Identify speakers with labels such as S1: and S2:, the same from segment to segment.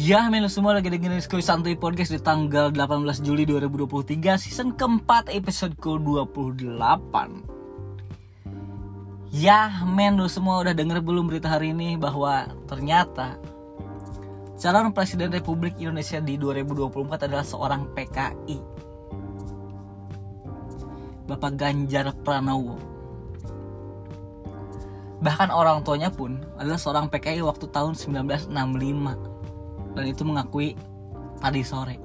S1: Ya, men, lu semua lagi dengerin Skoy Santuy Podcast di tanggal 18 Juli 2023, season keempat, episode ke-28. Ya, men, lu semua udah denger belum berita hari ini bahwa ternyata calon Presiden Republik Indonesia di 2024 adalah seorang PKI, Bapak Ganjar Pranowo. Bahkan orang tuanya pun adalah seorang PKI waktu tahun 1965. Dan itu mengakui tadi sore.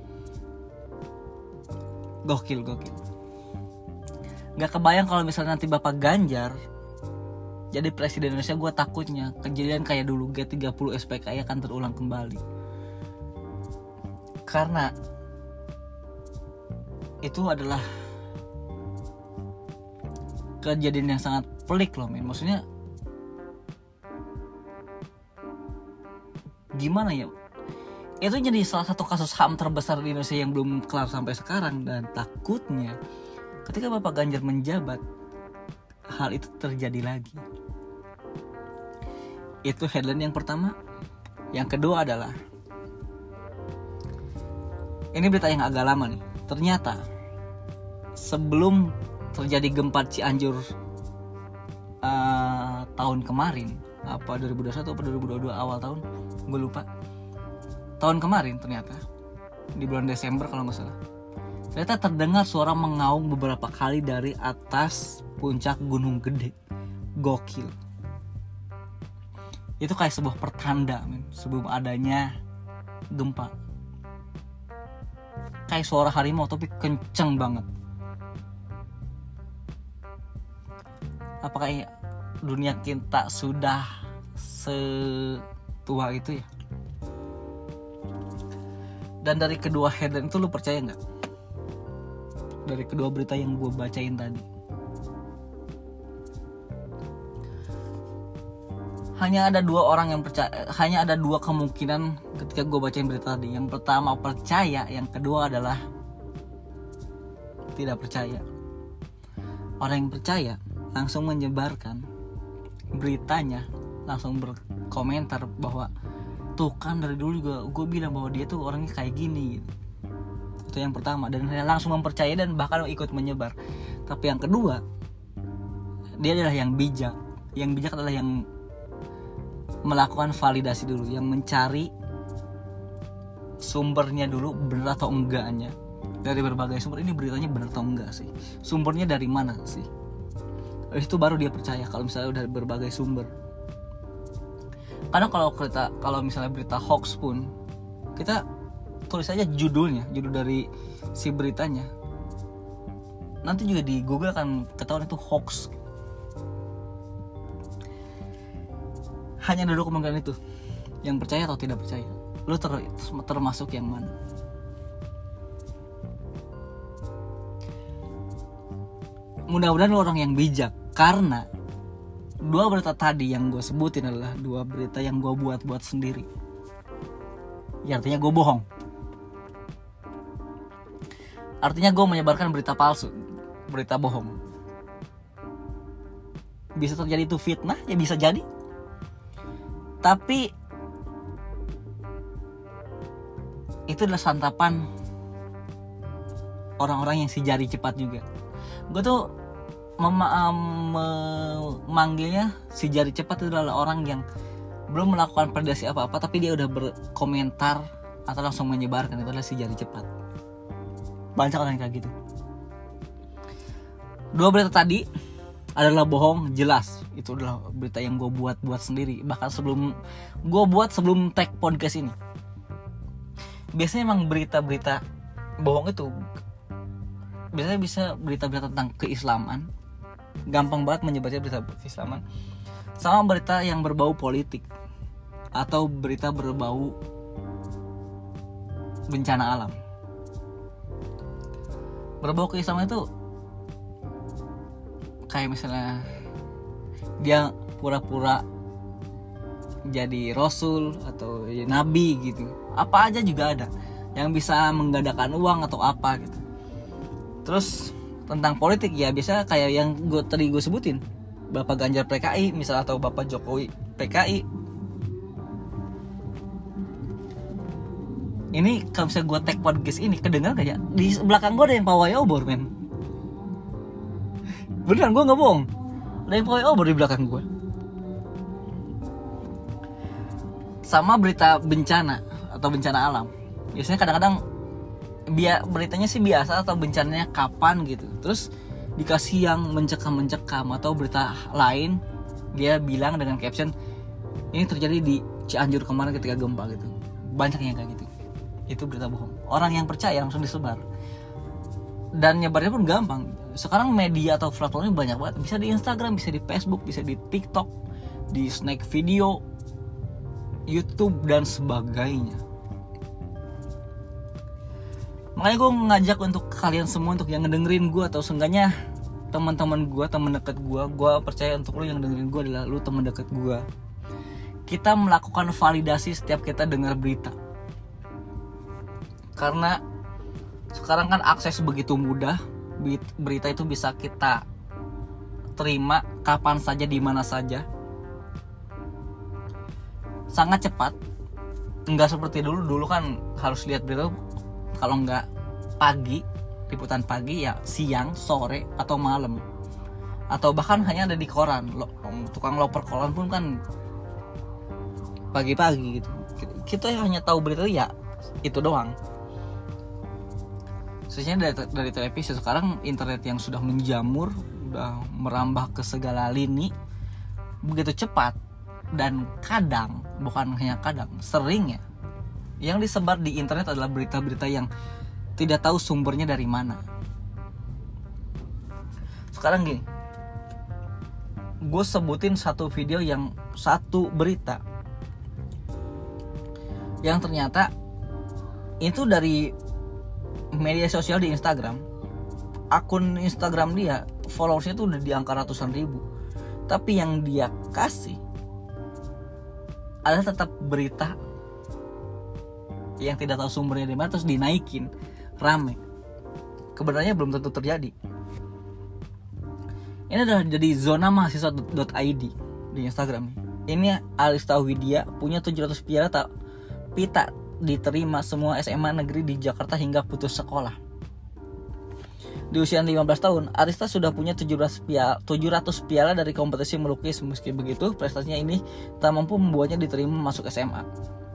S1: Gokil. Gak kebayang kalau misalnya nanti Bapak Ganjar jadi Presiden Indonesia. Gue takutnya kejadian kayak dulu G30 SPKI akan terulang kembali. Karena itu adalah kejadian yang sangat pelik loh, men. Maksudnya gimana ya? Itu jadi salah satu kasus HAM terbesar di Indonesia yang belum kelar sampai sekarang. Dan takutnya ketika Bapak Ganjar menjabat, hal itu terjadi lagi. Itu headline yang pertama. Yang kedua adalah, ini berita yang agak lama nih. Ternyata sebelum terjadi gempa Cianjur tahun kemarin, apa 2021 atau 2022 awal tahun, gue lupa. Tahun kemarin ternyata di bulan Desember kalau nggak salah, ternyata terdengar suara mengaung beberapa kali dari atas puncak Gunung Gede. Gokil. Itu kayak sebuah pertanda, men, sebelum adanya gempa. Kayak suara harimau tapi kenceng banget. Apakah dunia kita sudah setua itu ya? Dan dari kedua headline itu lu percaya gak? Dari kedua berita yang gue bacain tadi, hanya ada dua orang yang percaya. Hanya ada dua kemungkinan ketika gue bacain berita tadi. Yang pertama percaya, yang kedua adalah tidak percaya. Orang yang percaya langsung menyebarkan beritanya, langsung berkomentar bahwa tuh kan dari dulu juga gue bilang bahwa dia tuh orangnya kayak gini gitu. Itu yang pertama, dan langsung mempercayai dan bahkan ikut menyebar. Tapi yang kedua, dia adalah yang bijak. Yang bijak adalah yang melakukan validasi dulu, yang mencari sumbernya dulu, benar atau enggaknya. Dari berbagai sumber, ini beritanya benar atau enggak sih, sumbernya dari mana sih. Itu baru dia percaya kalau misalnya udah berbagai sumber. Karena kalau misalnya berita hoax pun, kita tulis aja judulnya, judul dari si beritanya, nanti juga di Google akan ketahuan itu hoax. Hanya dulu kemungkinan itu, yang percaya atau tidak percaya. Lu termasuk yang mana? Mudah-mudahan lu orang yang bijak, karena dua berita tadi yang gue sebutin adalah dua berita yang gue buat sendiri. Ya, artinya gue bohong. Artinya gue menyebarkan berita palsu, berita bohong. Bisa terjadi itu fitnah, ya bisa jadi. Tapi itu adalah santapan orang-orang yang si jari cepat juga. Gue tuh memanggilnya si jari cepat. Itu adalah orang yang belum melakukan prediksi apa-apa, tapi dia udah berkomentar atau langsung menyebarkan. Itu adalah si jari cepat. Banyak orang yang kayak gitu. Dua berita tadi adalah bohong, jelas. Itu adalah berita yang gue buat sendiri. Bahkan sebelum tag podcast ini. Biasanya emang berita-berita bohong itu biasanya bisa berita-berita tentang keislaman. Gampang banget menyebarnya berita keislaman. Sama berita yang berbau politik atau berita berbau bencana alam. Berbau keislaman itu kayak misalnya dia pura-pura jadi rasul atau nabi gitu. Apa aja juga ada yang bisa menggandakan uang atau apa gitu. Terus tentang politik ya biasa kayak yang tadi gue sebutin, Bapak Ganjar PKI misal atau Bapak Jokowi PKI. Ini kalau misalnya gue tag podcast ini kedengar gak ya? Di belakang gue ada yang pawai obor men. Beneran gue gak bohong. Ada yang pawai obor di belakang gue. Sama berita bencana atau bencana alam. Biasanya kadang-kadang beritanya sih biasa atau bencananya kapan gitu. Terus dikasih yang mencekam atau berita lain dia bilang dengan caption ini terjadi di Cianjur kemarin ketika gempa gitu. Banyak yang kayak gitu. Itu berita bohong. Orang yang percaya langsung disebar. Dan nyebarnya pun gampang. Sekarang media atau platformnya banyak banget. Bisa di Instagram, bisa di Facebook, bisa di TikTok, di Snack Video, YouTube dan sebagainya. Makanya gue ngajak untuk kalian semua untuk yang ngedengerin gue atau seenggaknya teman-teman gue, teman dekat gue percaya untuk lu yang dengerin gue adalah lu teman dekat gue. Kita melakukan validasi setiap kita dengar berita. Karena sekarang kan akses begitu mudah, berita itu bisa kita terima kapan saja di mana saja. Sangat cepat. Enggak seperti dulu kan harus lihat berita kalau enggak pagi, liputan pagi ya siang, sore atau malam. Atau bahkan hanya ada di koran. Tukang loper koran pun kan pagi-pagi gitu. Kita hanya tahu berita ya itu doang. Sebenarnya dari televisi sekarang internet yang sudah menjamur, sudah merambah ke segala lini begitu cepat dan kadang bukan hanya kadang sering ya yang disebar di internet adalah berita-berita yang tidak tahu sumbernya dari mana. Sekarang gini, gue sebutin satu video yang satu berita yang ternyata itu dari media sosial di Instagram. Akun Instagram dia followersnya tuh udah di angka ratusan ribu, tapi yang dia kasih adalah tetap berita yang tidak tahu sumbernya dari mana terus dinaikin rame. Kebenarannya belum tentu terjadi. Ini adalah jadi zona mahasiswa.id di Instagram. Ini Arista Widya punya 700 piala tapi tak diterima semua SMA negeri di Jakarta hingga putus sekolah. Di usia 15 tahun, Arista sudah punya 700 piala dari kompetisi melukis. Meski begitu, prestasinya ini tak mampu membuatnya diterima masuk SMA.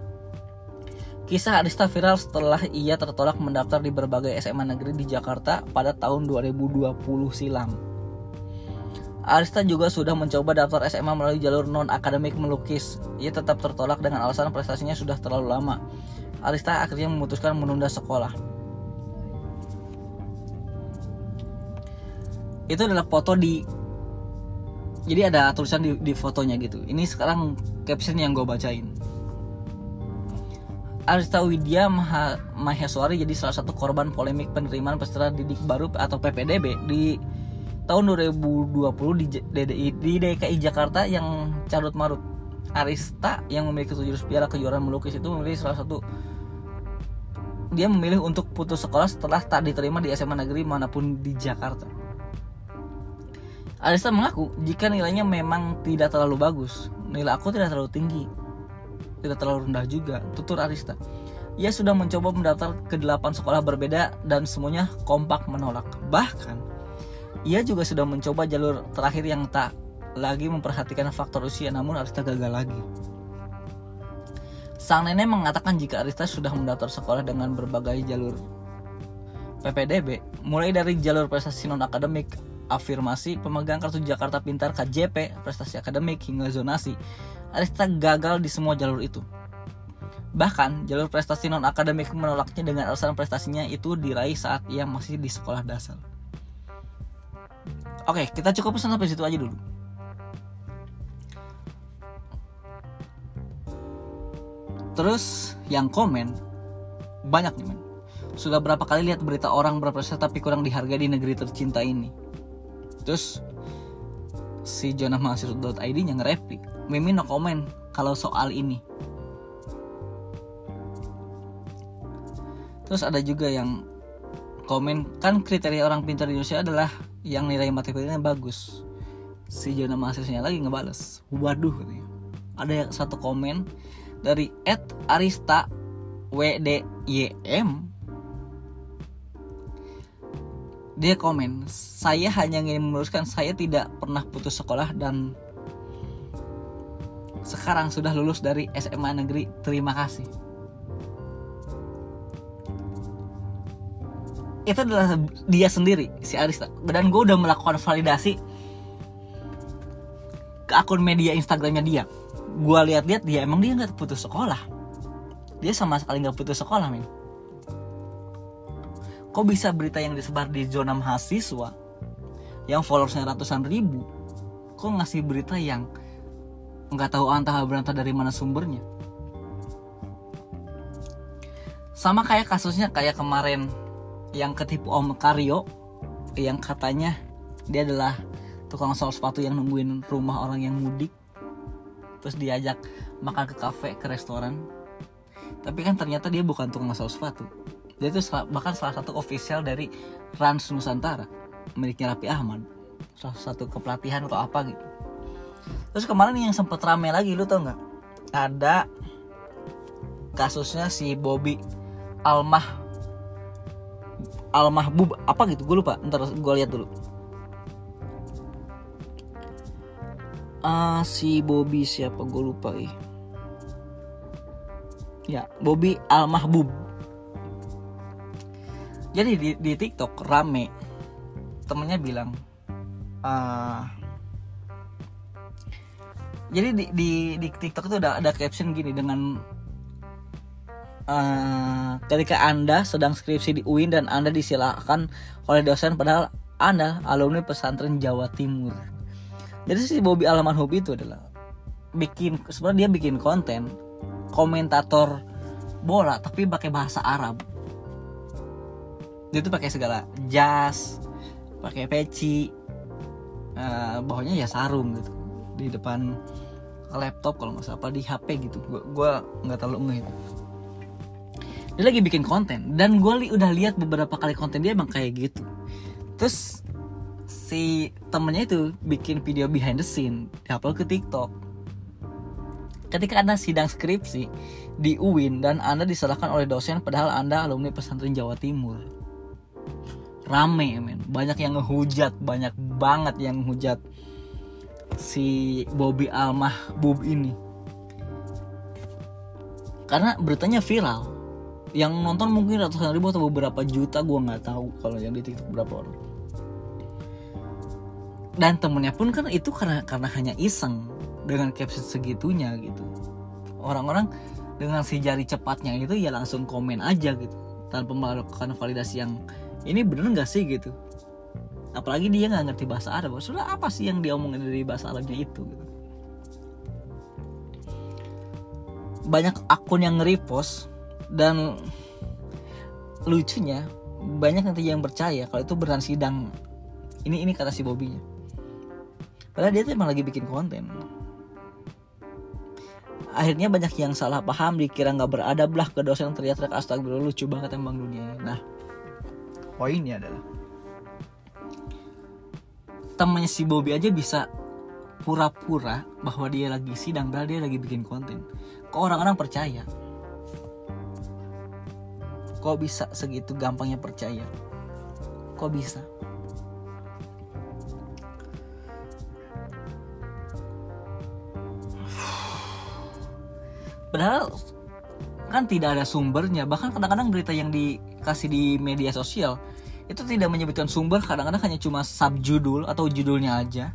S1: Kisah Arista viral setelah ia tertolak mendaftar di berbagai SMA negeri di Jakarta pada tahun 2020 silam. Arista juga sudah mencoba daftar SMA melalui jalur non-akademik melukis. Ia tetap tertolak dengan alasan prestasinya sudah terlalu lama. Arista akhirnya memutuskan menunda sekolah. Itu adalah foto jadi ada tulisan di fotonya gitu. Ini sekarang caption yang gue bacain. Arista Widya Maheswari jadi salah satu korban polemik penerimaan peserta didik baru atau PPDB di tahun 2020 di DKI Jakarta yang carut marut. Arista yang memiliki 700 piala kejuaraan melukis itu memilih untuk putus sekolah setelah tak diterima di SMA negeri manapun di Jakarta. Arista mengaku jika nilainya memang tidak terlalu bagus, nilai aku tidak terlalu tinggi, tidak terlalu rendah juga, tutur Arista. Ia sudah mencoba mendaftar ke 8 sekolah berbeda dan semuanya kompak menolak. Bahkan ia juga sudah mencoba jalur terakhir yang tak lagi memperhatikan faktor usia, namun Arista gagal lagi. Sang nenek mengatakan jika Arista sudah mendaftar sekolah dengan berbagai jalur PPDB, mulai dari jalur prestasi non-akademik, afirmasi, pemegang kartu Jakarta Pintar KJP, prestasi akademik, hingga zonasi, Arista gagal di semua jalur itu. Bahkan, jalur prestasi non-akademik menolaknya dengan alasan prestasinya itu diraih saat ia masih di sekolah dasar. Oke, kita cukup sampai situ aja dulu. Terus yang komen banyak nih men. Sudah berapa kali lihat berita orang berprestasi tapi kurang dihargai di negeri tercinta ini. Terus si jonahmahasiswa.id nya nge-reply, Mimi no komen kalau soal ini. Terus ada juga yang komen, kan kriteria orang pintar di Indonesia adalah yang nilai matematikanya bagus. Si jonahmahasiswanya lagi ngebales, waduh katanya. Ada satu komen dari @arista WDYM, dia komen, saya hanya ingin meluruskan saya tidak pernah putus sekolah dan sekarang sudah lulus dari SMA negeri, terima kasih. Itu adalah dia sendiri, si Arista. Dan gue udah melakukan validasi ke akun media Instagramnya dia. Gue lihat-lihat dia emang dia nggak putus sekolah. Dia sama sekali nggak putus sekolah, men. Kok bisa berita yang disebar di zona mahasiswa yang followersnya ratusan ribu, kok ngasih berita yang nggak tahu antah berantah dari mana sumbernya? Sama kayak kasusnya kayak kemarin yang ketipu Om Karyo, yang katanya dia adalah tukang sol sepatu yang nungguin rumah orang yang mudik, terus diajak makan ke kafe, ke restoran. Tapi kan ternyata dia bukan tukang sol sepatu. Dia itu bahkan salah satu official dari Rans Nusantara, miliknya Raffi Ahmad, salah satu kepelatihan atau apa gitu. Terus kemarin yang sempet rame lagi, lu tau nggak? Ada kasusnya si Bobby Almahbub apa gitu, gue lupa. Ntar gue lihat dulu. Si Bobby siapa, gue lupa ya, Bobby Almahbub. Jadi di TikTok rame, temennya bilang, jadi di TikTok itu ada caption gini dengan ketika Anda sedang skripsi di UIN dan Anda disilakan oleh dosen padahal Anda alumni pesantren Jawa Timur. Jadi si Bobby Almahbub itu adalah sebenarnya dia bikin konten komentator bola tapi pakai bahasa Arab. Dia tuh pakai segala jas, pakai peci, bawahnya ya sarung gitu, di depan laptop kalau nggak salah, apa di HP gitu. Gue nggak terlalu ngeh itu. Dia lagi bikin konten dan gue udah lihat beberapa kali konten dia emang kayak gitu. Terus si temennya itu bikin video behind the scene, diupload ke TikTok. Ketika Anda sidang skripsi di UIN dan Anda disalahkan oleh dosen padahal Anda alumni pesantren Jawa Timur. Rame, men. Banyak yang ngehujat, banyak banget yang ngehujat si Bobby Almahbub ini. Karena beritanya viral. Yang nonton mungkin ratusan ribu atau beberapa juta, gue nggak tahu kalau yang di TikTok berapa orang. Dan temennya pun kan itu karena hanya iseng dengan caption segitunya gitu. Orang-orang dengan si jari cepatnya itu ya langsung komen aja gitu tanpa melakukan validasi yang ini bener nggak sih gitu. Apalagi dia nggak ngerti bahasa Arab. Sudah apa sih yang dia omongin dari bahasa Arabnya itu gitu. Banyak akun yang nge-repost dan lucunya banyak nanti yang percaya kalau itu beneran sidang. Ini kata si Bobby-nya. Padahal dia tuh emang lagi bikin konten. Akhirnya banyak yang salah paham, dikira nggak beradab lah ke dosen, teriak-teriak astagfirullah, lucu banget emang dunia. Nah, poinnya adalah temannya si Bobby aja bisa pura-pura bahwa dia lagi sidang, padahal dia lagi bikin konten. Kok orang-orang percaya? Kok bisa segitu gampangnya percaya? Kok bisa? Padahal kan tidak ada sumbernya. Bahkan kadang-kadang berita yang dikasih di media sosial itu tidak menyebutkan sumber, kadang-kadang hanya cuma subjudul atau judulnya aja.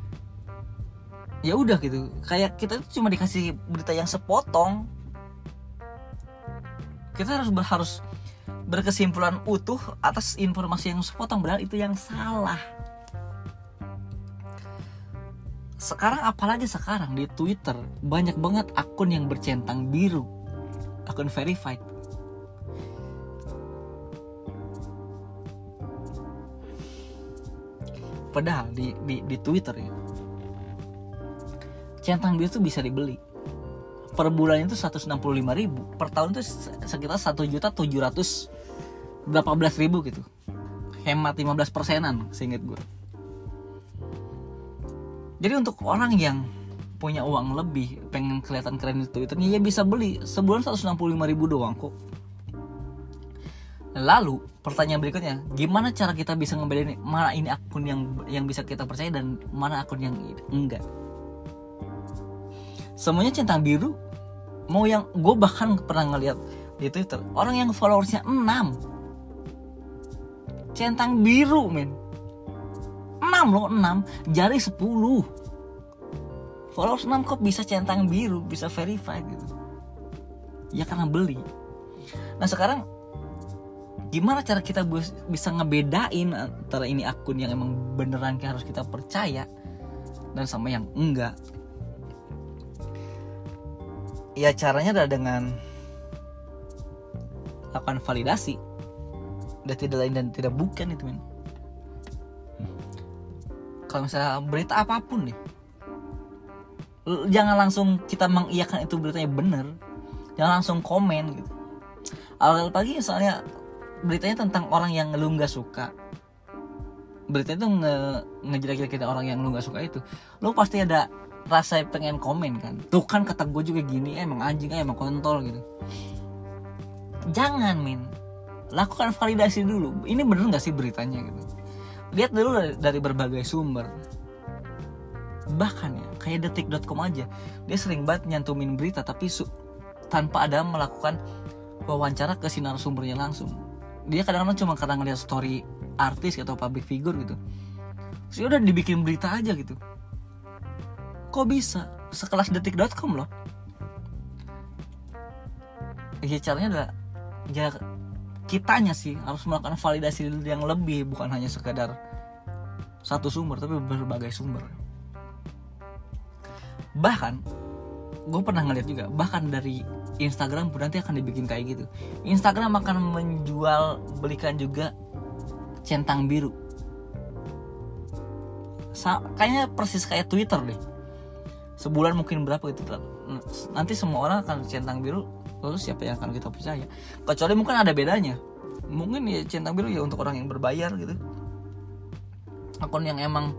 S1: Ya udah gitu. Kayak kita itu cuma dikasih berita yang sepotong. Kita harus berkesimpulan utuh atas informasi yang sepotong, padahal itu yang salah. Sekarang apalagi sekarang di Twitter banyak banget akun yang bercentang biru, akun verified. Padahal di Twitter ya, centang biru itu bisa dibeli. Per bulan itu 165.000, per tahun itu sekitar 1.718.000 gitu. Hemat 15%-an seingat gue. Jadi untuk orang yang punya uang lebih, pengen kelihatan keren di Twitternya, ya bisa beli. Sebulan 165.000 doang kok. Lalu pertanyaan berikutnya, gimana cara kita bisa ngebedain mana ini akun yang bisa kita percaya dan mana akun yang enggak? Semuanya centang biru. Mau yang gue bahkan pernah ngeliat di Twitter orang yang followersnya 6 centang biru, men. 6 loh, 6 jari 10 followers 6 kok bisa centang biru, bisa verified gitu. Ya karena beli. Nah sekarang gimana cara kita bisa ngebedain antara ini akun yang emang beneran harus kita percaya dan sama yang enggak? Ya caranya adalah dengan lakukan validasi. Dan tidak lain dan tidak bukan itu, men. Kalau misalnya berita apapun nih, jangan langsung kita mengiyakan itu beritanya bener. Jangan langsung komen gitu. Apalagi misalnya beritanya tentang orang yang lu gak suka. Beritanya tuh ngejelek-jelek kita orang yang lu gak suka itu. Lu pasti ada rasa pengen komen kan. Tuh kan kata gue juga gini, emang anjing, emang kontol gitu. Jangan, men. Lakukan validasi dulu. Ini bener gak sih beritanya gitu. Lihat dulu dari berbagai sumber. Bahkan ya kayak detik.com aja, dia sering banget nyantumin berita tapi tanpa ada melakukan wawancara ke si narasumbernya langsung. Dia kadang-kadang cuma karena ngeliat story artis atau public figure gitu, terus udah dibikin berita aja gitu. Kok bisa? Sekelas detik.com loh. Ya caranya adalah ya kitanya sih harus melakukan validasi yang lebih, bukan hanya sekadar satu sumber tapi berbagai sumber. Bahkan gue pernah ngeliat juga, bahkan dari Instagram pun nanti akan dibikin kayak gitu. Instagram akan menjual belikan juga centang biru. Kayaknya persis kayak Twitter deh. Sebulan mungkin berapa gitu. Nanti semua orang akan centang biru. Lalu siapa yang akan kita percaya? Kecuali mungkin ada bedanya. Mungkin ya centang biru ya untuk orang yang berbayar gitu. Akun yang emang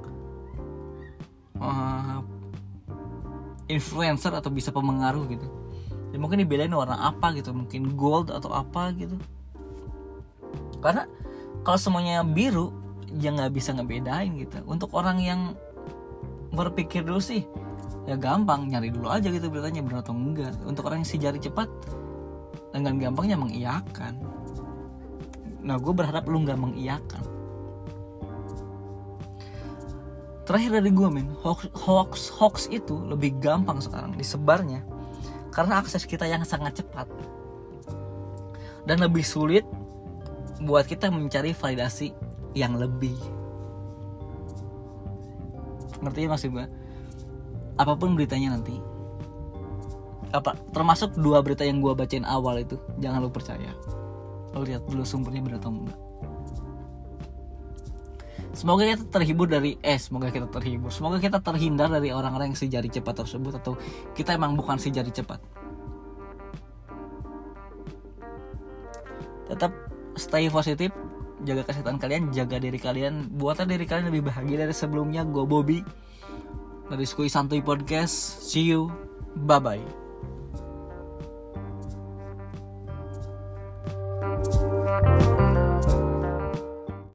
S1: influencer atau bisa pemengaruh gitu. Ya mungkin dibedain warna apa gitu, mungkin gold atau apa gitu. Karena kalau semuanya biru, ya nggak bisa ngebedain gitu. Untuk orang yang berpikir dulu sih, ya gampang, nyari dulu aja gitu beritanya benar atau enggak. Untuk orang yang si jari cepat, dengan gampangnya mengiyakan. Nah gue berharap lu nggak mengiyakan. Terakhir dari gue, men, hoax itu lebih gampang sekarang disebarnya karena akses kita yang sangat cepat dan lebih sulit buat kita mencari validasi yang lebih. Ngerti ya maksud gue? Apapun beritanya nanti, termasuk 2 berita yang gue bacain awal itu, jangan lu percaya. Lu lihat dulu sumbernya benar atau enggak. Semoga kita terhindar dari orang-orang yang si jari cepat tersebut, atau kita emang bukan si jari cepat. Tetap stay positif, jaga kesehatan kalian, jaga diri kalian, buatlah diri kalian lebih bahagia dari sebelumnya. Gue Bobby dari Skui Santuy Podcast. See you, bye bye.